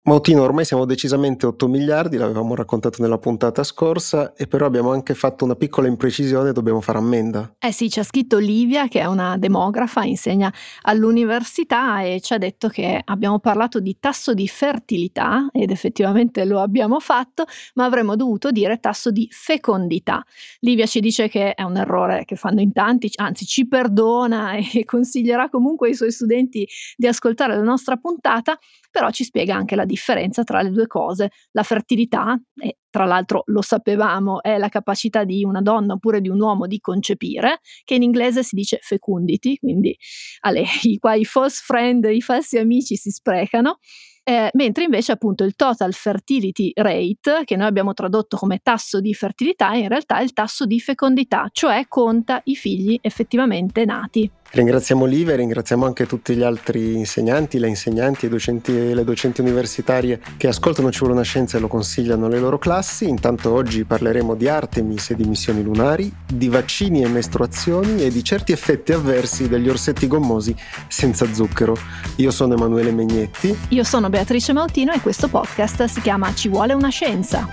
Mautino, ormai siamo decisamente 8 miliardi, l'avevamo raccontato nella puntata scorsa, e però abbiamo anche fatto una piccola imprecisione, dobbiamo fare ammenda. Eh sì, ci ha scritto Livia, che è una demografa, insegna all'università e ci ha detto che abbiamo parlato di tasso di fertilità, ed effettivamente lo abbiamo fatto, ma avremmo dovuto dire tasso di fecondità. Livia ci dice che è un errore che fanno in tanti, anzi ci perdona e consiglierà comunque ai suoi studenti di ascoltare la nostra puntata, però ci spiega anche la differenza tra le due cose. La fertilità, e tra l'altro lo sapevamo, è la capacità di una donna oppure di un uomo di concepire, che in inglese si dice fecundity, quindi qua i false friend, i falsi amici si sprecano. Mentre invece appunto il total fertility rate, che noi abbiamo tradotto come tasso di fertilità, in realtà è il tasso di fecondità, cioè conta i figli effettivamente nati. Ringraziamo Live e ringraziamo anche tutti gli altri insegnanti, le insegnanti, i docenti e le docenti universitarie che ascoltano Ci vuole una scienza e lo consigliano alle loro classi. Intanto oggi parleremo di Artemis e di missioni lunari, di vaccini e mestruazioni e di certi effetti avversi degli orsetti gommosi senza zucchero. Io sono Emanuele Megnetti. Io sono Beatrice Mautino e questo podcast si chiama Ci vuole una scienza.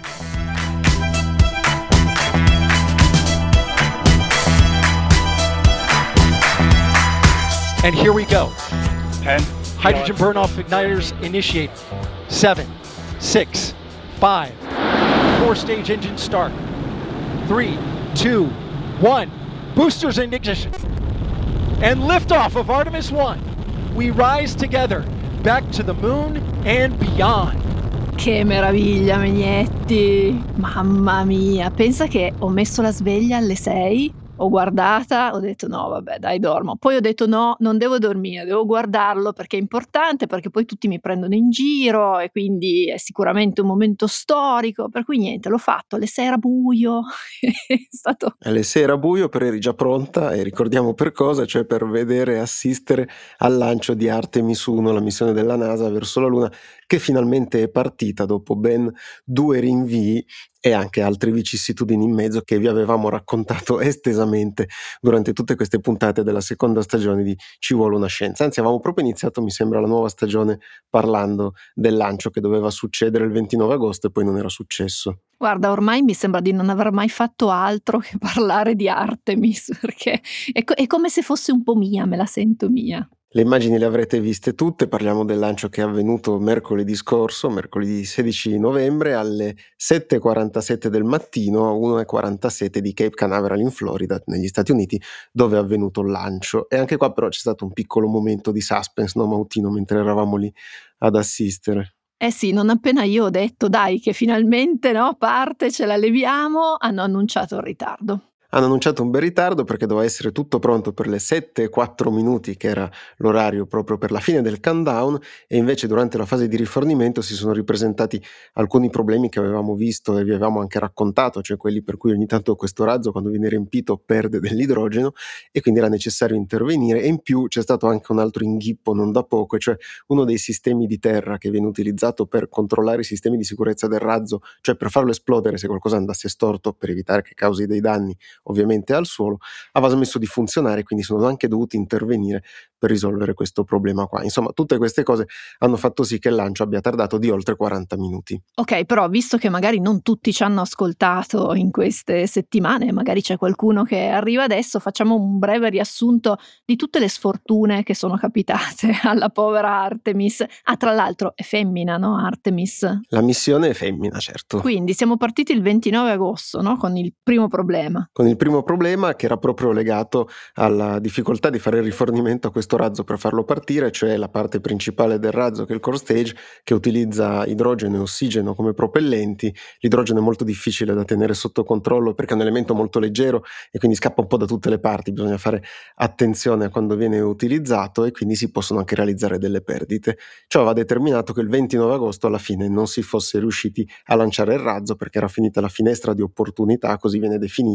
And here we go. 10. Hydrogen burn-off igniters initiate. 7, 6, 5. 4-stage engine start. 3, 2, 1. Boosters in ignition. And liftoff of Artemis 1. We rise together back to the moon and beyond. Che meraviglia, Megnetti! Mamma mia, pensa che ho messo la sveglia alle 6, ho guardata, ho detto no vabbè dai dormo, poi ho detto no, non devo dormire, devo guardarlo perché è importante, perché poi tutti mi prendono in giro e quindi è sicuramente un momento storico, per cui niente, l'ho fatto, alle 6 era buio, è stato... Alle 6 era buio, però eri già pronta e ricordiamo per cosa, cioè per vedere e assistere al lancio di Artemis 1, la missione della NASA verso la Luna, che finalmente è partita dopo ben 2 rinvii e anche altre vicissitudini in mezzo che vi avevamo raccontato estesamente durante tutte queste puntate della seconda stagione di Ci vuole una scienza. Anzi, avevamo proprio iniziato, mi sembra, la nuova stagione parlando del lancio che doveva succedere il 29 agosto e poi non era successo. Guarda, ormai mi sembra di non aver mai fatto altro che parlare di Artemis, perché è come se fosse un po' mia, me la sento mia. Le immagini le avrete viste tutte, parliamo del lancio che è avvenuto mercoledì scorso, mercoledì 16 novembre alle 7:47 del mattino, 1:47 di Cape Canaveral in Florida, negli Stati Uniti, dove è avvenuto il lancio. E anche qua però c'è stato un piccolo momento di suspense, no Mautino, mentre eravamo lì ad assistere. Eh sì, non appena io ho detto dai che finalmente no, parte, ce la leviamo, hanno annunciato il ritardo. Hanno annunciato un bel ritardo perché doveva essere tutto pronto per le 7:04, che era l'orario proprio per la fine del countdown, e invece durante la fase di rifornimento si sono ripresentati alcuni problemi che avevamo visto e vi avevamo anche raccontato, cioè quelli per cui ogni tanto questo razzo, quando viene riempito, perde dell'idrogeno e quindi era necessario intervenire. E in più c'è stato anche un altro inghippo non da poco, e cioè uno dei sistemi di terra che viene utilizzato per controllare i sistemi di sicurezza del razzo, cioè per farlo esplodere se qualcosa andasse storto, per evitare che causi dei danni ovviamente al suolo, aveva smesso di funzionare, quindi sono anche dovuti intervenire per risolvere questo problema qua. Insomma, tutte queste cose hanno fatto sì che il lancio abbia tardato di oltre 40 minuti. Ok, però visto che magari non tutti ci hanno ascoltato in queste settimane, magari c'è qualcuno che arriva adesso, facciamo un breve riassunto di tutte le sfortune che sono capitate alla povera Artemis. Ah, tra l'altro è femmina, no? Artemis. La missione è femmina, certo. Quindi siamo partiti il 29 agosto, no? Con il primo problema. Con il primo problema che era proprio legato alla difficoltà di fare il rifornimento a questo razzo per farlo partire, cioè la parte principale del razzo, che è il core stage, che utilizza idrogeno e ossigeno come propellenti. L'idrogeno è molto difficile da tenere sotto controllo perché è un elemento molto leggero e quindi scappa un po' da tutte le parti, bisogna fare attenzione a quando viene utilizzato e quindi si possono anche realizzare delle perdite. Ciò aveva determinato che il 29 agosto alla fine non si fosse riusciti a lanciare il razzo perché era finita la finestra di opportunità, così viene definita, cioè l'ora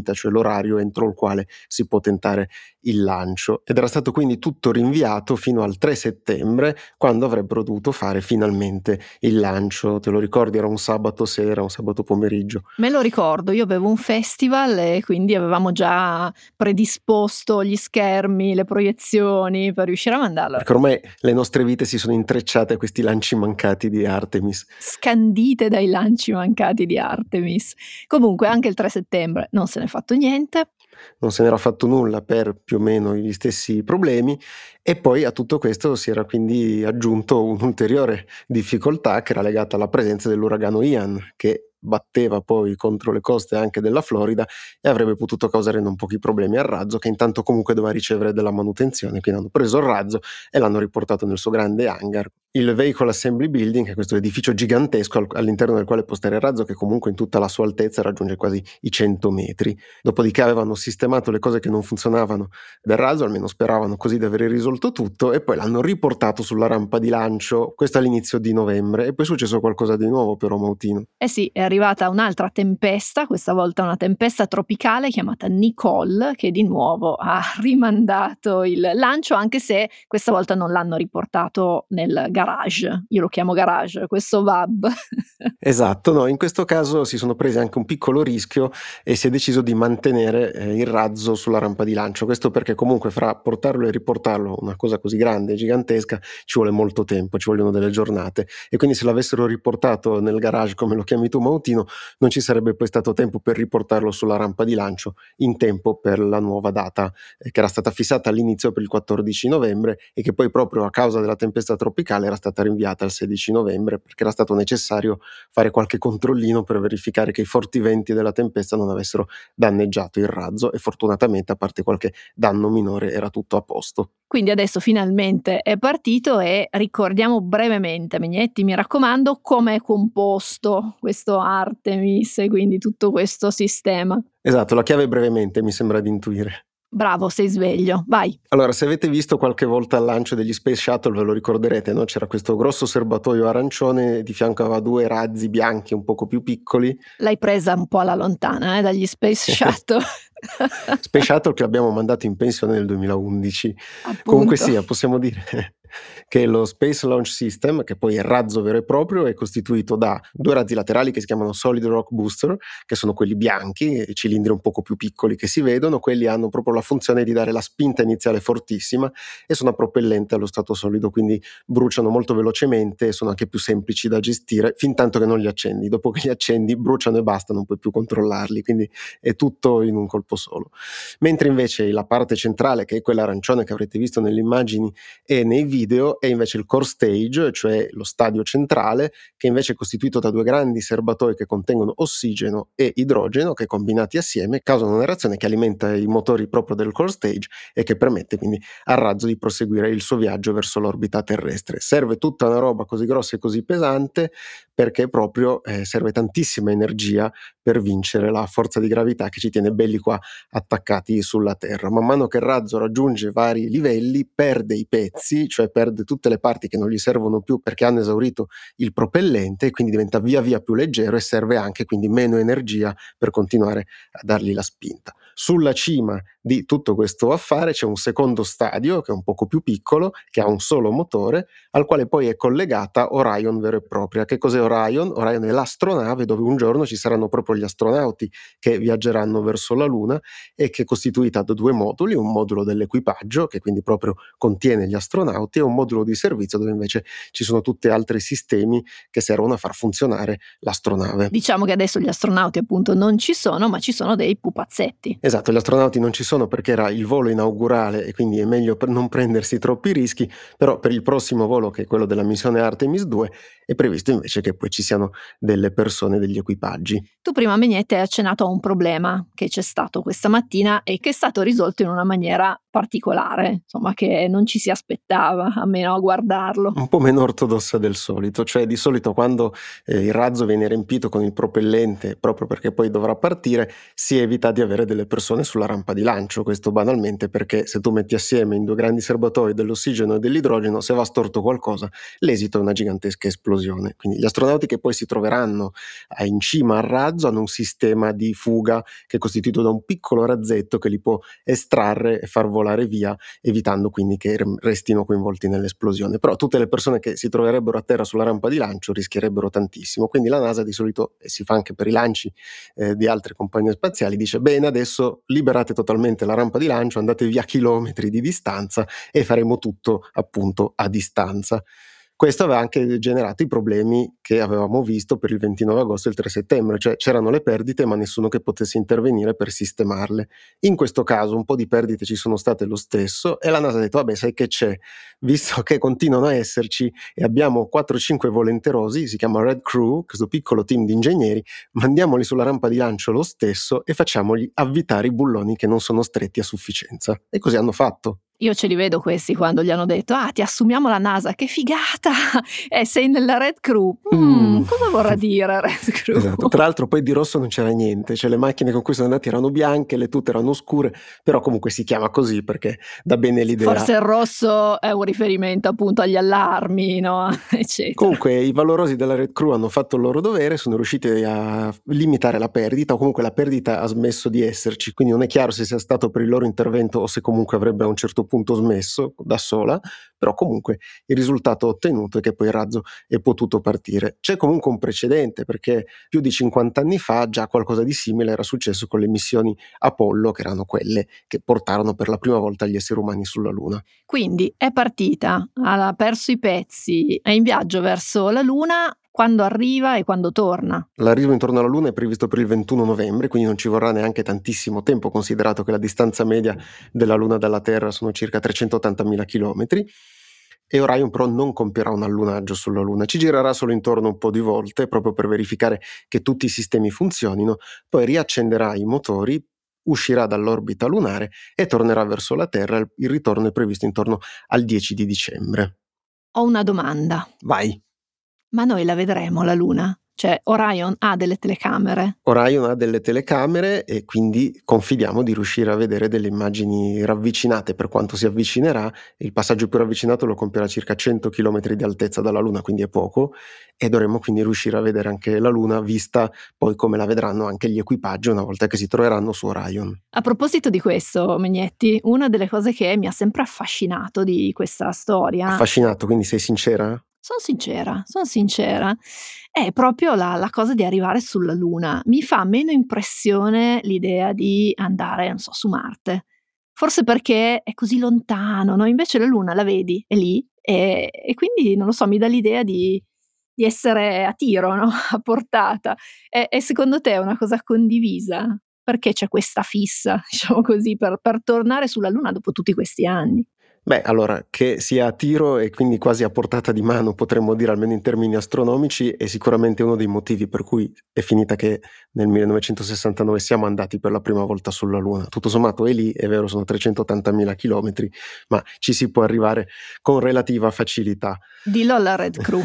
l'orario entro il quale si può tentare il lancio, ed era stato quindi tutto rinviato fino al 3 settembre, quando avrebbero dovuto fare finalmente il lancio. Te lo ricordi? Era un sabato sera, un sabato pomeriggio. Me lo ricordo, io avevo un festival e quindi avevamo già predisposto gli schermi, le proiezioni per riuscire a mandarlo. Perché ormai le nostre vite si sono intrecciate a questi lanci mancati di Artemis. Scandite dai lanci mancati di Artemis. Comunque anche il 3 settembre non se n'è fatto niente. Non se n'era fatto nulla per più o meno gli stessi problemi, e poi a tutto questo si era quindi aggiunto un'ulteriore difficoltà che era legata alla presenza dell'uragano Ian, che batteva poi contro le coste anche della Florida e avrebbe potuto causare non pochi problemi al razzo, che intanto comunque doveva ricevere della manutenzione. Quindi hanno preso il razzo e l'hanno riportato nel suo grande hangar, il Vehicle Assembly Building, che è questo edificio gigantesco all'interno del quale postare il razzo, che comunque in tutta la sua altezza raggiunge quasi i 100 metri. Dopodiché avevano sistemato le cose che non funzionavano del razzo, almeno speravano così di aver risolto tutto, e poi l'hanno riportato sulla rampa di lancio, questo all'inizio di novembre. E poi è successo qualcosa di nuovo però, Mautino. Eh sì, è arrivata un'altra tempesta, questa volta una tempesta tropicale chiamata Nicole, che di nuovo ha rimandato il lancio, anche se questa volta non l'hanno riportato nel garage. Io lo chiamo garage, questo VAB. Esatto, no, in questo caso si sono presi anche un piccolo rischio e si è deciso di mantenere il razzo sulla rampa di lancio. Questo perché comunque fra portarlo e riportarlo, una cosa così grande e gigantesca, ci vuole molto tempo, ci vogliono delle giornate, e quindi se l'avessero riportato nel garage, come lo chiami tu, Mautino, non ci sarebbe poi stato tempo per riportarlo sulla rampa di lancio in tempo per la nuova data che era stata fissata all'inizio per il 14 novembre e che poi proprio a causa della tempesta tropicale era stata rinviata al 16 novembre, perché era stato necessario fare qualche controllino per verificare che i forti venti della tempesta non avessero danneggiato il razzo, e fortunatamente, a parte qualche danno minore, era tutto a posto. Quindi adesso finalmente è partito e ricordiamo brevemente, Megnetti, mi raccomando, come è composto questo Artemis e quindi tutto questo sistema. Esatto, la chiave brevemente mi sembra di intuire. Bravo, sei sveglio, vai. Allora, se avete visto qualche volta il lancio degli Space Shuttle ve lo ricorderete, no? C'era questo grosso serbatoio arancione, di fianco aveva due razzi bianchi un poco più piccoli. L'hai presa un po' alla lontana, dagli Space Shuttle. Space Shuttle che abbiamo mandato in pensione nel 2011. Appunto. Comunque sia, possiamo dire che lo Space Launch System, che poi è il razzo vero e proprio, è costituito da due razzi laterali che si chiamano Solid Rock Booster, che sono quelli bianchi, cilindri un poco più piccoli che si vedono. Quelli hanno proprio la funzione di dare la spinta iniziale fortissima e sono a propellente allo stato solido, quindi bruciano molto velocemente e sono anche più semplici da gestire fin tanto che non li accendi. Dopo che li accendi bruciano e basta, non puoi più controllarli, quindi è tutto in un colpo solo. Mentre invece la parte centrale, che è quella arancione che avrete visto nelle immagini e nei video, è invece il core stage, cioè lo stadio centrale, che invece è costituito da due grandi serbatoi che contengono ossigeno e idrogeno, che combinati assieme causano una reazione che alimenta i motori proprio del core stage e che permette quindi al razzo di proseguire il suo viaggio verso l'orbita terrestre. Serve tutta una roba così grossa e così pesante perché proprio serve tantissima energia per vincere la forza di gravità che ci tiene belli qua attaccati sulla Terra. Man mano che il razzo raggiunge vari livelli perde i pezzi, cioè perde tutte le parti che non gli servono più perché hanno esaurito il propellente, e quindi diventa via via più leggero e serve anche quindi meno energia per continuare a dargli la spinta. Sulla cima di tutto questo affare c'è un secondo stadio che è un poco più piccolo, che ha un solo motore, al quale poi è collegata Orion vera e propria. Che cos'è Orion? Orion è l'astronave dove un giorno ci saranno proprio gli astronauti che viaggeranno verso la Luna, e che è costituita da due moduli: un modulo dell'equipaggio, che quindi proprio contiene gli astronauti, e un modulo di servizio dove invece ci sono tutti altri sistemi che servono a far funzionare l'astronave. Diciamo che adesso gli astronauti appunto non ci sono, ma ci sono dei pupazzetti. Esatto, gli astronauti non ci sono perché era il volo inaugurale e quindi è meglio per non prendersi troppi rischi, però per il prossimo volo, che è quello della missione Artemis 2, è previsto invece che poi ci siano delle persone, degli equipaggi. Tu prima, Megnetti, hai accennato a un problema che c'è stato questa mattina e che è stato risolto in una maniera particolare, insomma, che non ci si aspettava, almeno a guardarlo. Un po' meno ortodossa del solito, cioè di solito quando il razzo viene riempito con il propellente, proprio perché poi dovrà partire, si evita di avere delle persone sulla rampa di lancio, questo banalmente perché se tu metti assieme in due grandi serbatoi dell'ossigeno e dell'idrogeno, se va storto qualcosa, l'esito è una gigantesca esplosione. Quindi gli astronauti che poi si troveranno in cima al razzo hanno un sistema di fuga che è costituito da un piccolo razzetto che li può estrarre e far volare via, evitando quindi che restino coinvolti nell'esplosione. Però tutte le persone che si troverebbero a terra sulla rampa di lancio rischierebbero tantissimo. Quindi la NASA di solito, e si fa anche per i lanci di altre compagnie spaziali, dice: bene, adesso liberate totalmente la rampa di lancio, andate via chilometri di distanza e faremo tutto appunto a distanza. Questo aveva anche generato i problemi che avevamo visto per il 29 agosto e il 3 settembre, cioè c'erano le perdite ma nessuno che potesse intervenire per sistemarle. In questo caso un po' di perdite ci sono state lo stesso e la NASA ha detto: vabbè, sai che c'è, visto che continuano a esserci e abbiamo 4-5 volenterosi, si chiama Red Crew, questo piccolo team di ingegneri, mandiamoli sulla rampa di lancio lo stesso e facciamogli avvitare i bulloni che non sono stretti a sufficienza. E così hanno fatto. Io ce li vedo questi quando gli hanno detto: ti assumiamo la NASA, che figata! Sei nella Red Crew. Cosa vorrà dire Red Crew? Esatto. Tra l'altro poi di rosso non c'era niente, cioè le macchine con cui sono andati erano bianche, le tute erano scure, però comunque si chiama così perché dà bene l'idea. Forse il rosso è un riferimento appunto agli allarmi, no? Eccetera. Comunque i valorosi della Red Crew hanno fatto il loro dovere, sono riusciti a limitare la perdita, o comunque la perdita ha smesso di esserci, quindi non è chiaro se sia stato per il loro intervento o se comunque avrebbe a un certo punto smesso da sola, però comunque il risultato ottenuto è che poi il razzo è potuto partire. C'è comunque un precedente perché più di 50 anni fa già qualcosa di simile era successo con le missioni Apollo, che erano quelle che portarono per la prima volta gli esseri umani sulla Luna. Quindi è partita, ha perso i pezzi, è in viaggio verso la Luna. Quando arriva e quando torna? L'arrivo intorno alla Luna è previsto per il 21 novembre, quindi non ci vorrà neanche tantissimo tempo, considerato che la distanza media della Luna dalla Terra sono circa 380.000 chilometri. E Orion però non compierà un allunaggio sulla Luna, ci girerà solo intorno un po' di volte, proprio per verificare che tutti i sistemi funzionino, poi riaccenderà i motori, uscirà dall'orbita lunare e tornerà verso la Terra. Il ritorno è previsto intorno al 10 di dicembre. Ho una domanda. Vai! Ma noi la vedremo la Luna? Cioè Orion ha delle telecamere? Orion ha delle telecamere e quindi confidiamo di riuscire a vedere delle immagini ravvicinate per quanto si avvicinerà. Il passaggio più ravvicinato lo compierà a circa 100 km di altezza dalla Luna, quindi è poco, e dovremo quindi riuscire a vedere anche la Luna vista poi come la vedranno anche gli equipaggi una volta che si troveranno su Orion. A proposito di questo, Megnetti, una delle cose che mi ha sempre affascinato di questa storia... Affascinato, quindi sei sincera? Sono sincera, è proprio la cosa di arrivare sulla Luna. Mi fa meno impressione l'idea di andare, non so, su Marte. Forse perché è così lontano, no? Invece la Luna la vedi, è lì, e quindi, non lo so, mi dà l'idea di essere a tiro, no? A portata. E secondo te è una cosa condivisa? Perché c'è questa fissa, diciamo così, per tornare sulla Luna dopo tutti questi anni? Beh, allora, che sia a tiro e quindi quasi a portata di mano, potremmo dire almeno in termini astronomici, è sicuramente uno dei motivi per cui è finita che nel 1969 siamo andati per la prima volta sulla Luna. Tutto sommato è lì, è vero, sono 380.000 chilometri, ma ci si può arrivare con relativa facilità. Dillo alla Red Crew.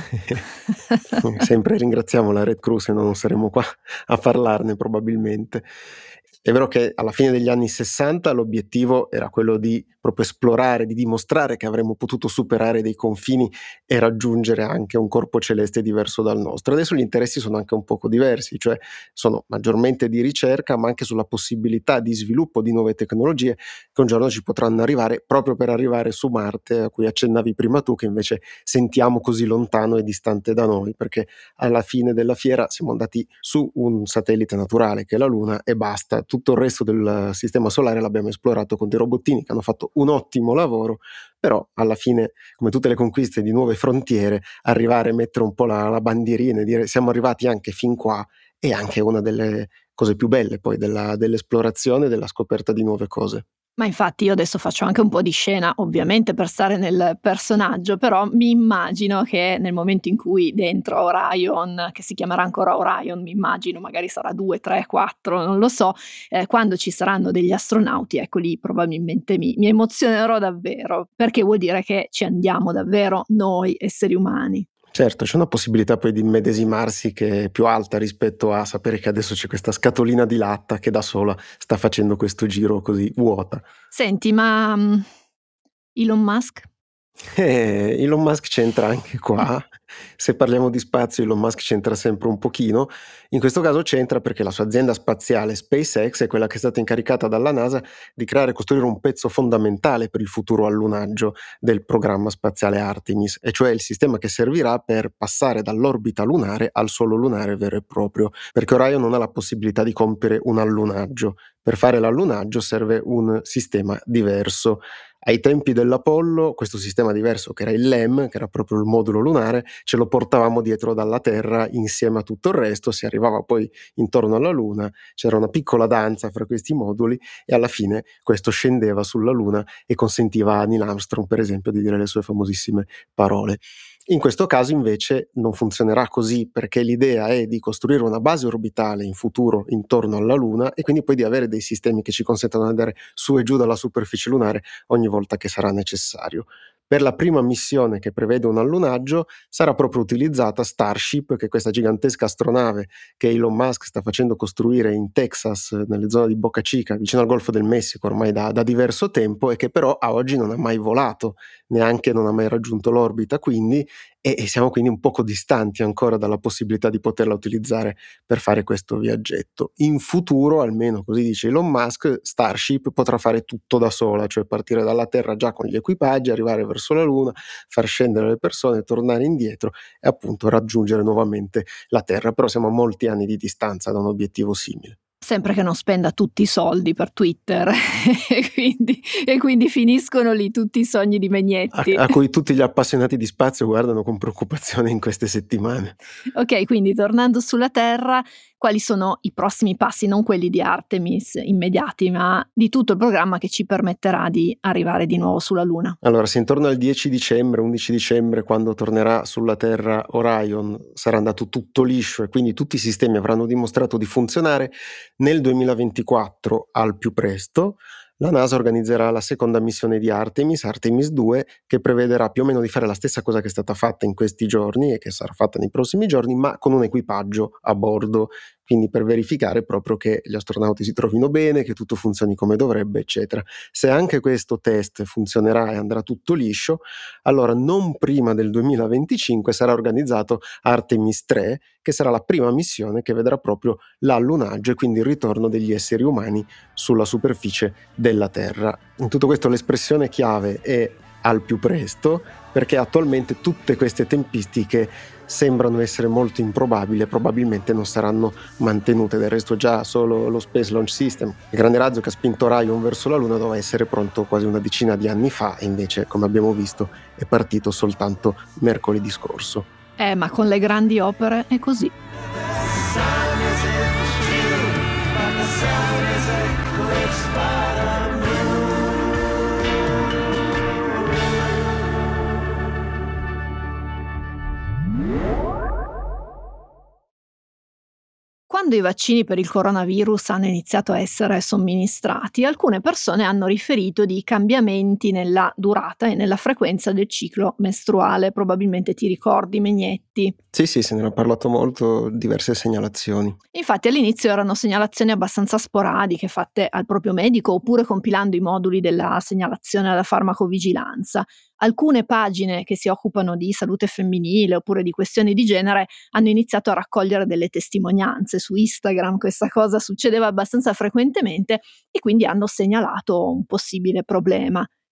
Sempre ringraziamo la Red Crew, se no non saremo qua a parlarne probabilmente. È vero che alla fine degli anni 60 l'obiettivo era quello di proprio esplorare, di dimostrare che avremmo potuto superare dei confini e raggiungere anche un corpo celeste diverso dal nostro. Adesso gli interessi sono anche un poco diversi, cioè sono maggiormente di ricerca, ma anche sulla possibilità di sviluppo di nuove tecnologie che un giorno ci potranno arrivare, proprio per arrivare su Marte, a cui accennavi prima tu, che invece sentiamo così lontano e distante da noi, perché alla fine della fiera siamo andati su un satellite naturale che è la Luna e basta. Tutto il resto del sistema solare l'abbiamo esplorato con dei robottini che hanno fatto un ottimo lavoro, però alla fine, come tutte le conquiste di nuove frontiere, arrivare a mettere un po' la bandierina e dire siamo arrivati anche fin qua è anche una delle cose più belle poi dell'esplorazione e della scoperta di nuove cose. Ma infatti io adesso faccio anche un po' di scena, ovviamente per stare nel personaggio, però mi immagino che nel momento in cui dentro Orion, che si chiamerà ancora Orion, mi immagino, magari sarà 2, 3, 4, non lo so, quando ci saranno degli astronauti, ecco lì probabilmente mi emozionerò davvero, perché vuol dire che ci andiamo davvero noi esseri umani. Certo, c'è una possibilità poi di immedesimarsi che è più alta rispetto a sapere che adesso c'è questa scatolina di latta che da sola sta facendo questo giro così vuota. Senti, ma Elon Musk? Elon Musk c'entra anche qua. Se parliamo di spazio, Elon Musk c'entra sempre un pochino. In questo caso c'entra perché la sua azienda spaziale SpaceX è quella che è stata incaricata dalla NASA di creare e costruire un pezzo fondamentale per il futuro allunaggio del programma spaziale Artemis, e cioè il sistema che servirà per passare dall'orbita lunare al suolo lunare vero e proprio, perché Orion non ha la possibilità di compiere un allunaggio. Per fare l'allunaggio serve un sistema diverso. Ai tempi dell'Apollo, questo sistema diverso, che era il LEM, che era proprio il modulo lunare, ce lo portavamo dietro dalla Terra insieme a tutto il resto, si arrivava poi intorno alla Luna, c'era una piccola danza fra questi moduli e alla fine questo scendeva sulla Luna e consentiva a Neil Armstrong, per esempio, di dire le sue famosissime parole. In questo caso invece non funzionerà così, perché l'idea è di costruire una base orbitale in futuro intorno alla Luna e quindi poi di avere dei sistemi che ci consentano di andare su e giù dalla superficie lunare ogni volta che sarà necessario. Per la prima missione, che prevede un allunaggio, sarà proprio utilizzata Starship, che è questa gigantesca astronave che Elon Musk sta facendo costruire in Texas, nelle zone di Boca Chica, vicino al Golfo del Messico, ormai da diverso tempo, e che però a oggi non ha mai volato, neanche non ha mai raggiunto l'orbita, quindi e siamo quindi un poco distanti ancora dalla possibilità di poterla utilizzare per fare questo viaggetto. In futuro, almeno così dice Elon Musk, Starship potrà fare tutto da sola, cioè partire dalla Terra già con gli equipaggi, arrivare verso la Luna, far scendere le persone, tornare indietro e appunto raggiungere nuovamente la Terra, però siamo a molti anni di distanza da un obiettivo simile. Sempre che non spenda tutti i soldi per Twitter e quindi finiscono lì tutti i sogni di Megnetti. A cui tutti gli appassionati di spazio guardano con preoccupazione in queste settimane. Ok, quindi tornando sulla Terra, quali sono i prossimi passi, non quelli di Artemis immediati, ma di tutto il programma che ci permetterà di arrivare di nuovo sulla Luna? Allora, se intorno al 10 dicembre, 11 dicembre, quando tornerà sulla Terra Orion, sarà andato tutto liscio e quindi tutti i sistemi avranno dimostrato di funzionare, nel 2024 al più presto la NASA organizzerà la seconda missione di Artemis, Artemis 2, che prevederà più o meno di fare la stessa cosa che è stata fatta in questi giorni e che sarà fatta nei prossimi giorni, ma con un equipaggio a bordo, quindi per verificare proprio che gli astronauti si trovino bene, che tutto funzioni come dovrebbe, eccetera. Se anche questo test funzionerà e andrà tutto liscio, allora non prima del 2025 sarà organizzato Artemis 3, che sarà la prima missione che vedrà proprio l'allunaggio e quindi il ritorno degli esseri umani sulla superficie della Terra. In tutto questo l'espressione chiave è al più presto, perché attualmente tutte queste tempistiche sembrano essere molto improbabili e probabilmente non saranno mantenute. Del resto già solo lo Space Launch System, il grande razzo che ha spinto Orion verso la Luna, doveva essere pronto quasi una decina di anni fa e invece, come abbiamo visto, è partito soltanto mercoledì scorso. Ma con le grandi opere è così. Quando i vaccini per il coronavirus hanno iniziato a essere somministrati, alcune persone hanno riferito di cambiamenti nella durata e nella frequenza del ciclo mestruale. Probabilmente ti ricordi, Megnetti. Sì, se ne era parlato molto, diverse segnalazioni. Infatti all'inizio erano segnalazioni abbastanza sporadiche fatte al proprio medico oppure compilando i moduli della segnalazione alla farmacovigilanza. Alcune pagine che si occupano di salute femminile oppure di questioni di genere hanno iniziato a raccogliere delle testimonianze su Instagram. Questa cosa succedeva abbastanza frequentemente e quindi hanno segnalato un possibile problema.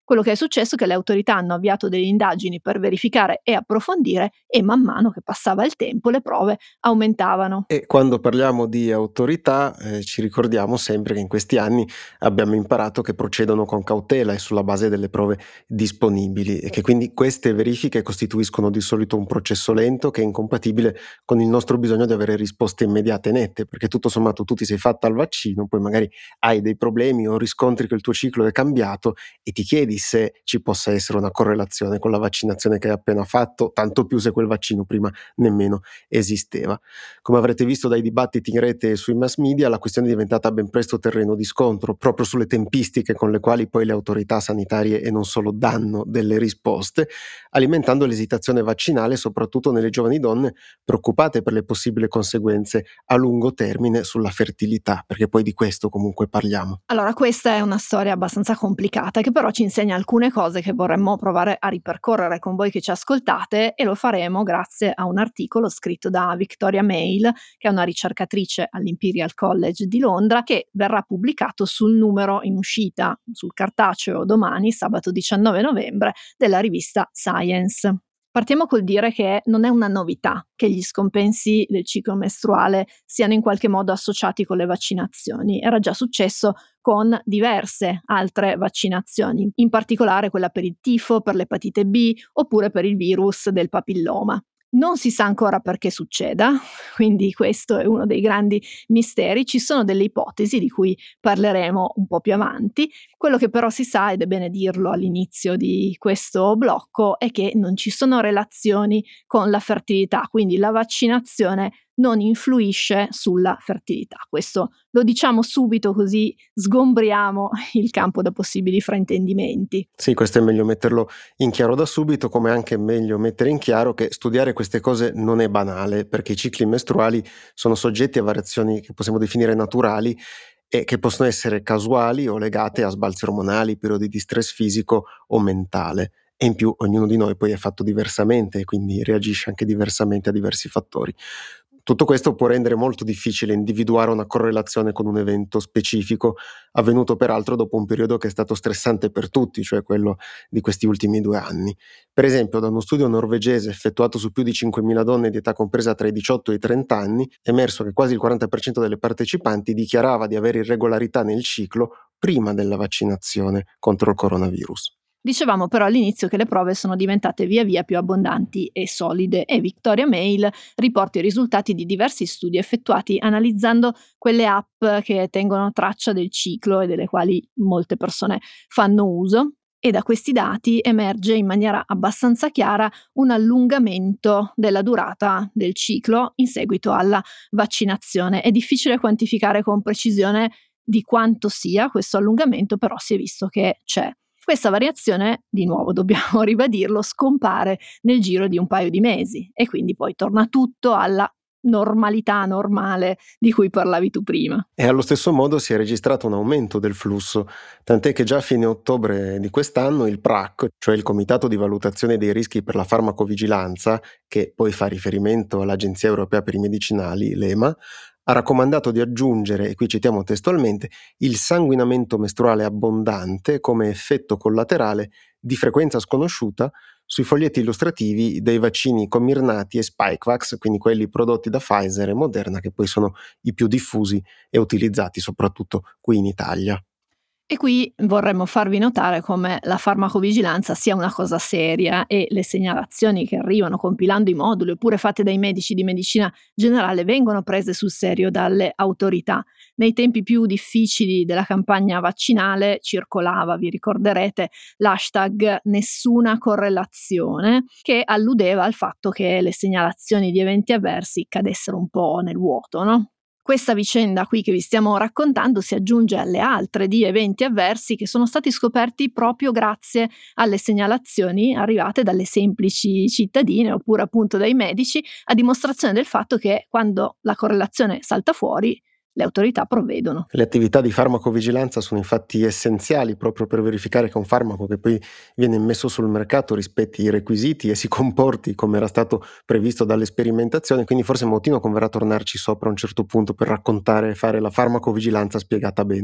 Quello che è successo è che le autorità hanno avviato delle indagini per verificare e approfondire, e man mano che passava il tempo le prove aumentavano. E quando parliamo di autorità, ci ricordiamo sempre che in questi anni abbiamo imparato che procedono con cautela e sulla base delle prove disponibili e che quindi queste verifiche costituiscono di solito un processo lento che è incompatibile con il nostro bisogno di avere risposte immediate e nette, perché tutto sommato tu ti sei fatta il vaccino, poi magari hai dei problemi o riscontri che il tuo ciclo è cambiato e ti chiedi se ci possa essere una correlazione con la vaccinazione che hai appena fatto, tanto più se quel vaccino prima nemmeno esisteva. Come avrete visto dai dibattiti in rete e sui mass media, la questione è diventata ben presto terreno di scontro, proprio sulle tempistiche con le quali poi le autorità sanitarie e non solo danno delle risposte, alimentando l'esitazione vaccinale soprattutto nelle giovani donne preoccupate per le possibili conseguenze a lungo termine sulla fertilità, perché poi di questo comunque parliamo. Allora, questa è una storia abbastanza complicata che però ci insegna alcune cose che vorremmo provare a ripercorrere con voi che ci ascoltate, e lo faremo grazie a un articolo scritto da Victoria Mail, che è una ricercatrice all'Imperial College di Londra, che verrà pubblicato sul numero in uscita sul cartaceo domani, sabato 19 novembre, della rivista Science. Partiamo col dire che non è una novità che gli scompensi del ciclo mestruale siano in qualche modo associati con le vaccinazioni. Era già successo con diverse altre vaccinazioni, in particolare quella per il tifo, per l'epatite B oppure per il virus del papilloma. Non si sa ancora perché succeda, quindi questo è uno dei grandi misteri. Ci sono delle ipotesi di cui parleremo un po' più avanti. Quello che però si sa, ed è bene dirlo all'inizio di questo blocco, è che non ci sono relazioni con la fertilità, quindi la vaccinazione non influisce sulla fertilità. Questo lo diciamo subito, così sgombriamo il campo da possibili fraintendimenti. Sì, questo è meglio metterlo in chiaro da subito, come è anche meglio mettere in chiaro che studiare queste cose non è banale, perché i cicli mestruali sono soggetti a variazioni che possiamo definire naturali e che possono essere casuali o legate a sbalzi ormonali, periodi di stress fisico o mentale. E in più ognuno di noi poi è fatto diversamente e quindi reagisce anche diversamente a diversi fattori. Tutto questo può rendere molto difficile individuare una correlazione con un evento specifico, avvenuto peraltro dopo un periodo che è stato stressante per tutti, cioè quello di questi ultimi 2 anni. Per esempio, da uno studio norvegese effettuato su più di 5.000 donne di età compresa tra i 18 e i 30 anni, è emerso che quasi il 40% delle partecipanti dichiarava di avere irregolarità nel ciclo prima della vaccinazione contro il coronavirus. Dicevamo però all'inizio che le prove sono diventate via via più abbondanti e solide, e Victoria Mail riporta i risultati di diversi studi effettuati analizzando quelle app che tengono traccia del ciclo e delle quali molte persone fanno uso. E da questi dati emerge in maniera abbastanza chiara un allungamento della durata del ciclo in seguito alla vaccinazione. È difficile quantificare con precisione di quanto sia questo allungamento, però si è visto che c'è. Questa variazione, di nuovo dobbiamo ribadirlo, scompare nel giro di un paio di mesi e quindi poi torna tutto alla normalità normale di cui parlavi tu prima. E allo stesso modo si è registrato un aumento del flusso, tant'è che già a fine ottobre di quest'anno il PRAC, cioè il Comitato di Valutazione dei Rischi per la Farmacovigilanza, che poi fa riferimento all'Agenzia Europea per i Medicinali, l'EMA, ha raccomandato di aggiungere, e qui citiamo testualmente, il sanguinamento mestruale abbondante come effetto collaterale di frequenza sconosciuta sui foglietti illustrativi dei vaccini Comirnaty e Spikevax, quindi quelli prodotti da Pfizer e Moderna, che poi sono i più diffusi e utilizzati soprattutto qui in Italia. E qui vorremmo farvi notare come la farmacovigilanza sia una cosa seria e le segnalazioni che arrivano compilando i moduli oppure fatte dai medici di medicina generale vengono prese sul serio dalle autorità. Nei tempi più difficili della campagna vaccinale circolava, vi ricorderete, l'hashtag nessuna correlazione, che alludeva al fatto che le segnalazioni di eventi avversi cadessero un po' nel vuoto, no? Questa vicenda qui che vi stiamo raccontando si aggiunge alle altre di eventi avversi che sono stati scoperti proprio grazie alle segnalazioni arrivate dalle semplici cittadine oppure appunto dai medici, a dimostrazione del fatto che quando la correlazione salta fuori le autorità provvedono. Le attività di farmacovigilanza sono infatti essenziali proprio per verificare che un farmaco che poi viene messo sul mercato rispetti i requisiti e si comporti come era stato previsto dalle sperimentazioni, quindi forse Mautino converrà tornarci sopra a un certo punto per raccontare e fare la farmacovigilanza spiegata bene.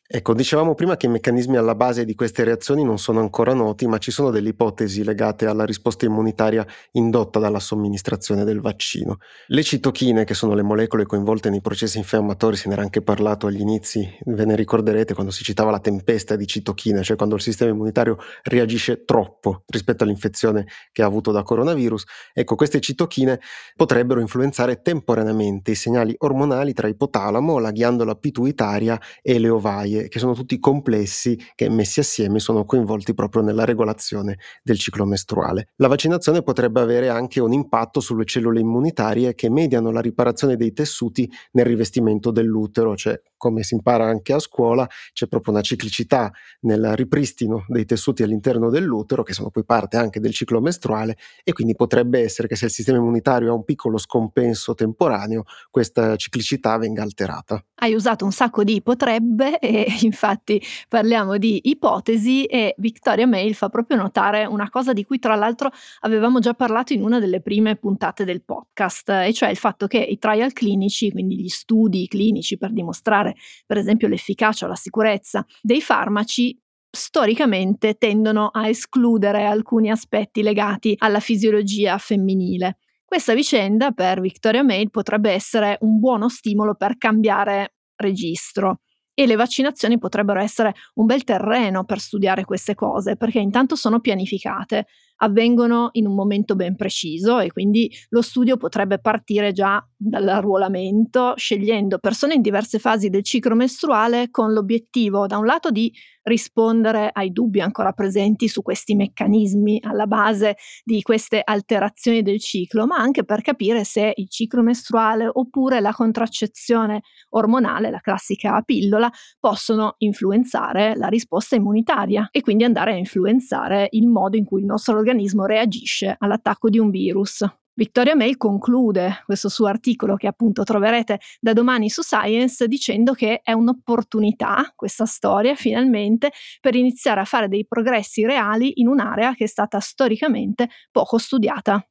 Ecco, dicevamo prima che i meccanismi alla base di queste reazioni non sono ancora noti, ma ci sono delle ipotesi legate alla risposta immunitaria indotta dalla somministrazione del vaccino. Le citochine, che sono le molecole coinvolte nei processi infiammatori, se ne era anche parlato agli inizi, ve ne ricorderete quando si citava la tempesta di citochine, cioè quando il sistema immunitario reagisce troppo rispetto all'infezione che ha avuto da coronavirus. Ecco, queste citochine potrebbero influenzare temporaneamente i segnali ormonali tra ipotalamo, la ghiandola pituitaria e le ovaie, che sono tutti complessi che messi assieme sono coinvolti proprio nella regolazione del ciclo mestruale. La vaccinazione potrebbe avere anche un impatto sulle cellule immunitarie che mediano la riparazione dei tessuti nel rivestimento dell'utero, cioè come si impara anche a scuola c'è proprio una ciclicità nel ripristino dei tessuti all'interno dell'utero che sono poi parte anche del ciclo mestruale, e quindi potrebbe essere che se il sistema immunitario ha un piccolo scompenso temporaneo questa ciclicità venga alterata. Hai usato un sacco di potrebbe e infatti parliamo di ipotesi, e Victoria Mail fa proprio notare una cosa di cui tra l'altro avevamo già parlato in una delle prime puntate del podcast, e cioè il fatto che i trial clinici, quindi gli studi clinici per dimostrare per esempio l'efficacia o la sicurezza dei farmaci, storicamente tendono a escludere alcuni aspetti legati alla fisiologia femminile. Questa vicenda per Victoria Mail potrebbe essere un buono stimolo per cambiare registro, e le vaccinazioni potrebbero essere un bel terreno per studiare queste cose, perché intanto sono pianificate, avvengono in un momento ben preciso e quindi lo studio potrebbe partire già dall'arruolamento, scegliendo persone in diverse fasi del ciclo mestruale con l'obiettivo da un lato di rispondere ai dubbi ancora presenti su questi meccanismi alla base di queste alterazioni del ciclo, ma anche per capire se il ciclo mestruale oppure la contraccezione ormonale, la classica pillola, possono influenzare la risposta immunitaria e quindi andare a influenzare il modo in cui il nostro organismo reagisce all'attacco di un virus. Victoria Mail conclude questo suo articolo, che appunto troverete da domani su Science, dicendo che è un'opportunità, questa storia, finalmente, per iniziare a fare dei progressi reali in un'area che è stata storicamente poco studiata.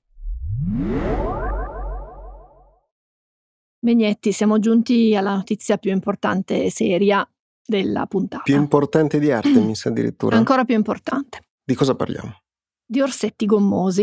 Megnetti, siamo giunti alla notizia più importante e seria della puntata. Più importante di Artemis addirittura? Ancora più importante. Di cosa parliamo? Di orsetti gommosi.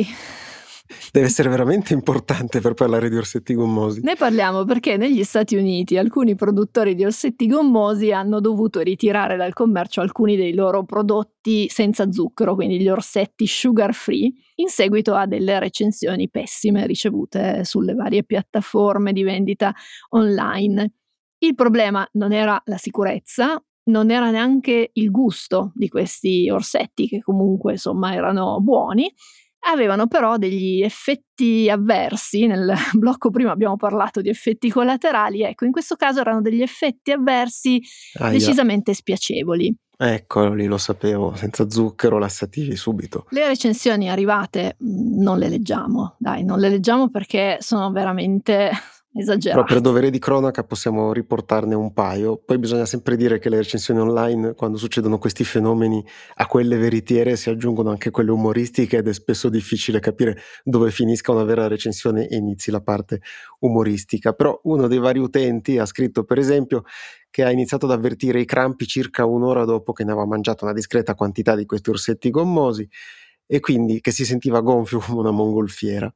Deve essere veramente importante per parlare di orsetti gommosi. Ne parliamo perché negli Stati Uniti alcuni produttori di orsetti gommosi hanno dovuto ritirare dal commercio alcuni dei loro prodotti senza zucchero, quindi gli orsetti sugar free, in seguito a delle recensioni pessime ricevute sulle varie piattaforme di vendita online. Il problema non era la sicurezza, non era neanche il gusto di questi orsetti, che comunque insomma erano buoni. Avevano però degli effetti avversi. Nel blocco prima abbiamo parlato di effetti collaterali, ecco, in questo caso erano degli effetti avversi decisamente spiacevoli. Ecco, lì lo sapevo, senza zucchero, lassativi subito. Le recensioni arrivate non le leggiamo, non le leggiamo perché sono veramente esagerate. Però per dovere di cronaca possiamo riportarne un paio. Poi bisogna sempre dire che le recensioni online, quando succedono questi fenomeni, a quelle veritiere si aggiungono anche quelle umoristiche, ed è spesso difficile capire dove finisca una vera recensione e inizi la parte umoristica. Però uno dei vari utenti ha scritto, per esempio, che ha iniziato ad avvertire i crampi circa un'ora dopo che ne aveva mangiato una discreta quantità di questi orsetti gommosi, e quindi che si sentiva gonfio come una mongolfiera.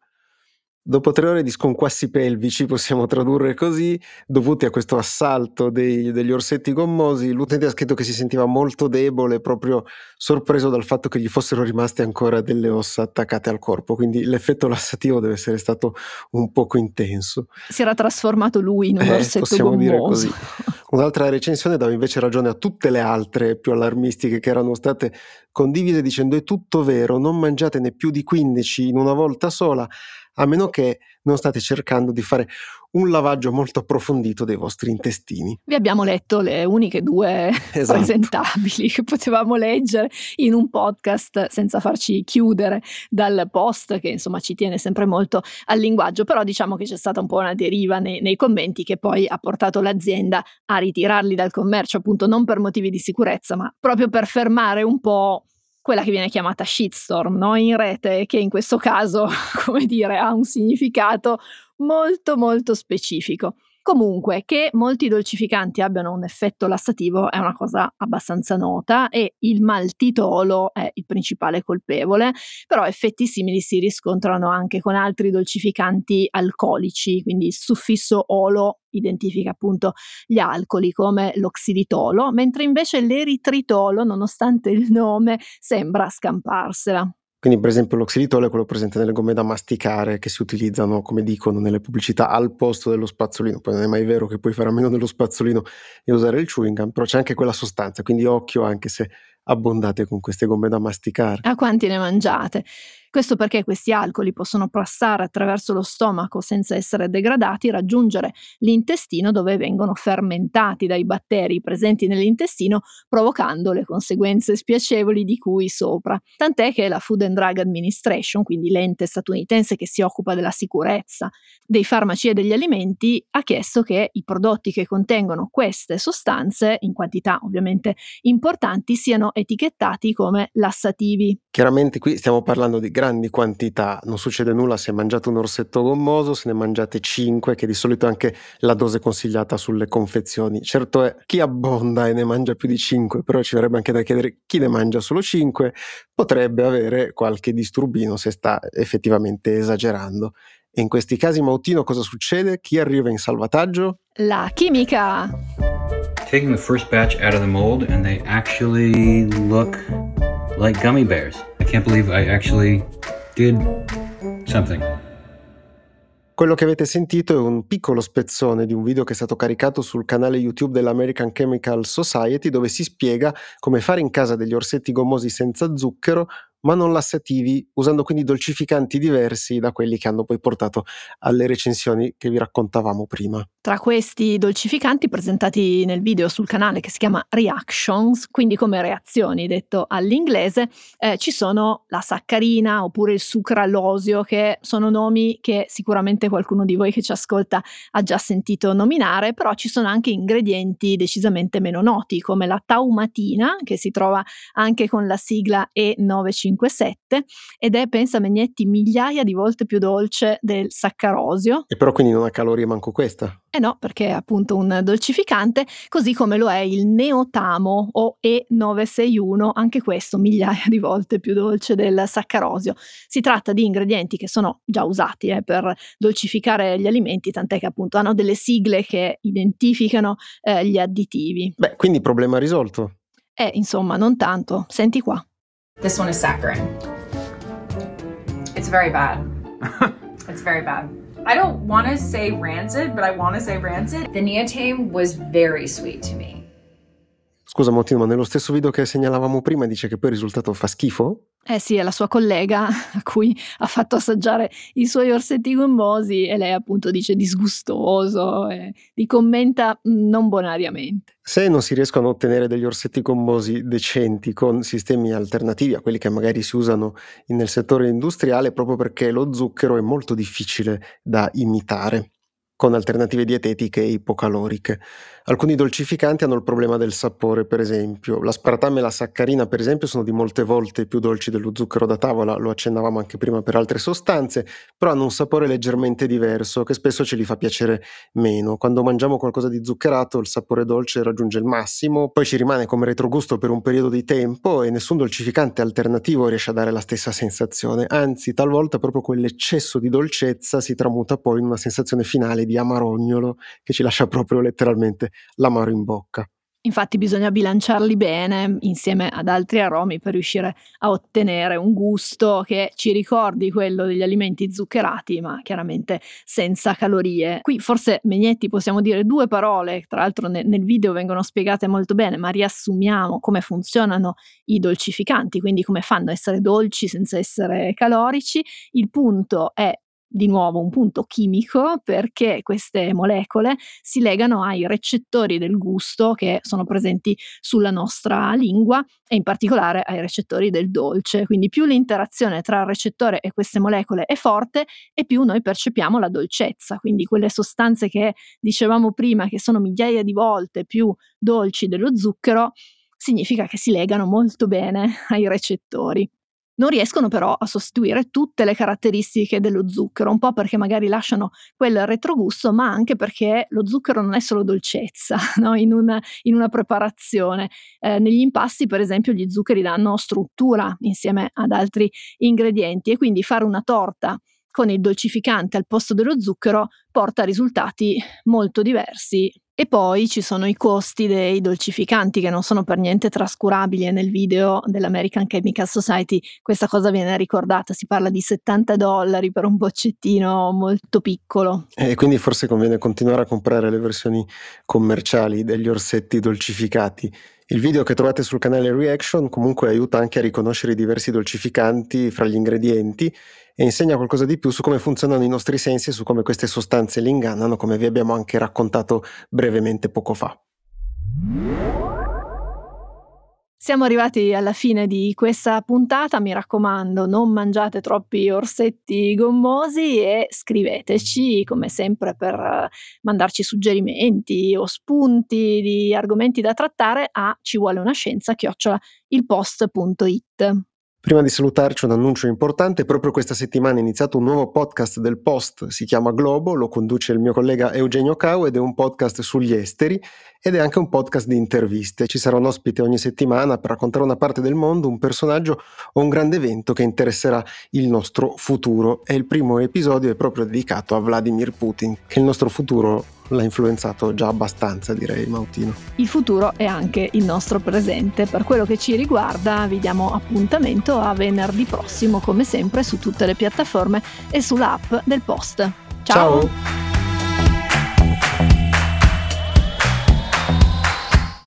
Dopo 3 ore di sconquassi pelvici, possiamo tradurre così, dovuti a questo assalto degli orsetti gommosi, l'utente ha scritto che si sentiva molto debole, proprio sorpreso dal fatto che gli fossero rimaste ancora delle ossa attaccate al corpo, quindi l'effetto lassativo deve essere stato un poco intenso. Si era trasformato lui in un orsetto possiamo gommoso. Dire così. Un'altra recensione dava invece ragione a tutte le altre più allarmistiche che erano state condivise, dicendo: è tutto vero, non mangiatene più di 15 in una volta sola, a meno che non state cercando di fare un lavaggio molto approfondito dei vostri intestini. Vi abbiamo letto le uniche 2 presentabili che potevamo leggere in un podcast senza farci chiudere dal post, che insomma ci tiene sempre molto al linguaggio, però diciamo che c'è stata un po' una deriva nei commenti che poi ha portato l'azienda a ritirarli dal commercio, appunto non per motivi di sicurezza, ma proprio per fermare un po' quella che viene chiamata shitstorm, no? In rete, che in questo caso, come dire, ha un significato molto molto specifico. Comunque, che molti dolcificanti abbiano un effetto lassativo è una cosa abbastanza nota e il maltitolo è il principale colpevole, però effetti simili si riscontrano anche con altri dolcificanti alcolici, quindi il suffisso olo identifica appunto gli alcoli come l'oxilitolo, mentre invece l'eritritolo, nonostante il nome, sembra scamparsela. Quindi per esempio l'oxilitolo è quello presente nelle gomme da masticare che si utilizzano, come dicono nelle pubblicità, al posto dello spazzolino. Poi non è mai vero che puoi fare a meno dello spazzolino e usare il chewing gum, però c'è anche quella sostanza, quindi occhio anche se abbondate con queste gomme da masticare. A quanti ne mangiate? Questo perché questi alcoli possono passare attraverso lo stomaco senza essere degradati, raggiungere l'intestino dove vengono fermentati dai batteri presenti nell'intestino, provocando le conseguenze spiacevoli di cui sopra. Tant'è che la Food and Drug Administration, quindi l'ente statunitense che si occupa della sicurezza dei farmaci e degli alimenti, ha chiesto che i prodotti che contengono queste sostanze, in quantità ovviamente importanti, siano etichettati come lassativi. Chiaramente qui stiamo parlando di grandi quantità, non succede nulla se mangiate un orsetto gommoso, se ne mangiate 5, che di solito è anche la dose consigliata sulle confezioni. Certo è chi abbonda e ne mangia più di 5, però ci verrebbe anche da chiedere chi ne mangia solo 5, potrebbe avere qualche disturbino se sta effettivamente esagerando. E in questi casi, Mautino, cosa succede? Chi arriva in salvataggio? La chimica! Taking the first batch out of the mold and they actually look like gummy bears. I can't believe I actually did something. Quello che avete sentito è un piccolo spezzone di un video che è stato caricato sul canale YouTube dell'American Chemical Society, dove si spiega come fare in casa degli orsetti gommosi senza zucchero ma non lassativi, usando quindi dolcificanti diversi da quelli che hanno poi portato alle recensioni che vi raccontavamo prima. Tra questi dolcificanti presentati nel video sul canale, che si chiama Reactions, quindi come reazioni detto all'inglese, ci sono la saccarina oppure il sucralosio, che sono nomi che sicuramente qualcuno di voi che ci ascolta ha già sentito nominare, però ci sono anche ingredienti decisamente meno noti, come la taumatina, che si trova anche con la sigla E957, ed è, pensa Megnetti, migliaia di volte più dolce del saccarosio. E però quindi non ha calorie manco questa? Eh no, perché è appunto un dolcificante, così come lo è il neotamo o E961, anche questo migliaia di volte più dolce del saccarosio. Si tratta di ingredienti che sono già usati per dolcificare gli alimenti, tant'è che appunto hanno delle sigle che identificano gli additivi. Beh, quindi problema risolto. Insomma, non tanto. Senti qua. This one is saccharin. It's very bad. It's very bad. I don't want to say rancid, but I want to say rancid. The neotame was very sweet to me. Scusa Mautino, ma nello stesso video che segnalavamo prima dice che poi il risultato fa schifo? Sì, è la sua collega a cui ha fatto assaggiare i suoi orsetti gommosi e lei appunto dice disgustoso e li commenta non bonariamente. Se non si riescono a ottenere degli orsetti gommosi decenti con sistemi alternativi a quelli che magari si usano nel settore industriale, proprio perché lo zucchero è molto difficile da imitare con alternative dietetiche e ipocaloriche. Alcuni dolcificanti hanno il problema del sapore, per esempio. L'aspartame e la saccarina, per esempio, sono di molte volte più dolci dello zucchero da tavola, lo accennavamo anche prima per altre sostanze, però hanno un sapore leggermente diverso che spesso ce li fa piacere meno. Quando mangiamo qualcosa di zuccherato, il sapore dolce raggiunge il massimo, poi ci rimane come retrogusto per un periodo di tempo e nessun dolcificante alternativo riesce a dare la stessa sensazione. Anzi, talvolta proprio quell'eccesso di dolcezza si tramuta poi in una sensazione finale di amarognolo che ci lascia proprio letteralmente l'amaro in bocca. Infatti bisogna bilanciarli bene insieme ad altri aromi per riuscire a ottenere un gusto che ci ricordi quello degli alimenti zuccherati, ma chiaramente senza calorie. Qui forse, Megnetti, possiamo dire due parole, tra l'altro nel video vengono spiegate molto bene, ma riassumiamo come funzionano i dolcificanti, quindi come fanno a essere dolci senza essere calorici. Il punto è di nuovo un punto chimico, perché queste molecole si legano ai recettori del gusto che sono presenti sulla nostra lingua e in particolare ai recettori del dolce. Quindi più l'interazione tra il recettore e queste molecole è forte e più noi percepiamo la dolcezza. Quindi quelle sostanze che dicevamo prima che sono migliaia di volte più dolci dello zucchero significa che si legano molto bene ai recettori. Non riescono però a sostituire tutte le caratteristiche dello zucchero, un po' perché magari lasciano quel retrogusto, ma anche perché lo zucchero non è solo dolcezza, no? In una preparazione. Negli impasti, per esempio, gli zuccheri danno struttura insieme ad altri ingredienti, e quindi fare una torta con il dolcificante al posto dello zucchero porta a risultati molto diversi. E poi ci sono i costi dei dolcificanti, che non sono per niente trascurabili, e nel video dell'American Chemical Society questa cosa viene ricordata. Si parla di $70 per un boccettino molto piccolo. E quindi forse conviene continuare a comprare le versioni commerciali degli orsetti dolcificati. Il video che trovate sul canale Reaction comunque aiuta anche a riconoscere i diversi dolcificanti fra gli ingredienti e insegna qualcosa di più su come funzionano i nostri sensi e su come queste sostanze li ingannano, come vi abbiamo anche raccontato brevemente poco fa. Siamo arrivati alla fine di questa puntata, mi raccomando, non mangiate troppi orsetti gommosi e scriveteci come sempre per mandarci suggerimenti o spunti di argomenti da trattare a civuoleunascienza@ilpost.it. Prima di salutarci un annuncio importante: proprio questa settimana è iniziato un nuovo podcast del Post, si chiama Globo, lo conduce il mio collega Eugenio Cau ed è un podcast sugli esteri ed è anche un podcast di interviste. Ci sarà un ospite ogni settimana per raccontare una parte del mondo, un personaggio o un grande evento che interesserà il nostro futuro, e il primo episodio è proprio dedicato a Vladimir Putin, che il nostro futuro l'ha influenzato già abbastanza, direi, Mautino. Il futuro è anche il nostro presente. Per quello che ci riguarda vi diamo appuntamento a venerdì prossimo, come sempre, su tutte le piattaforme e sull'app del Post. Ciao!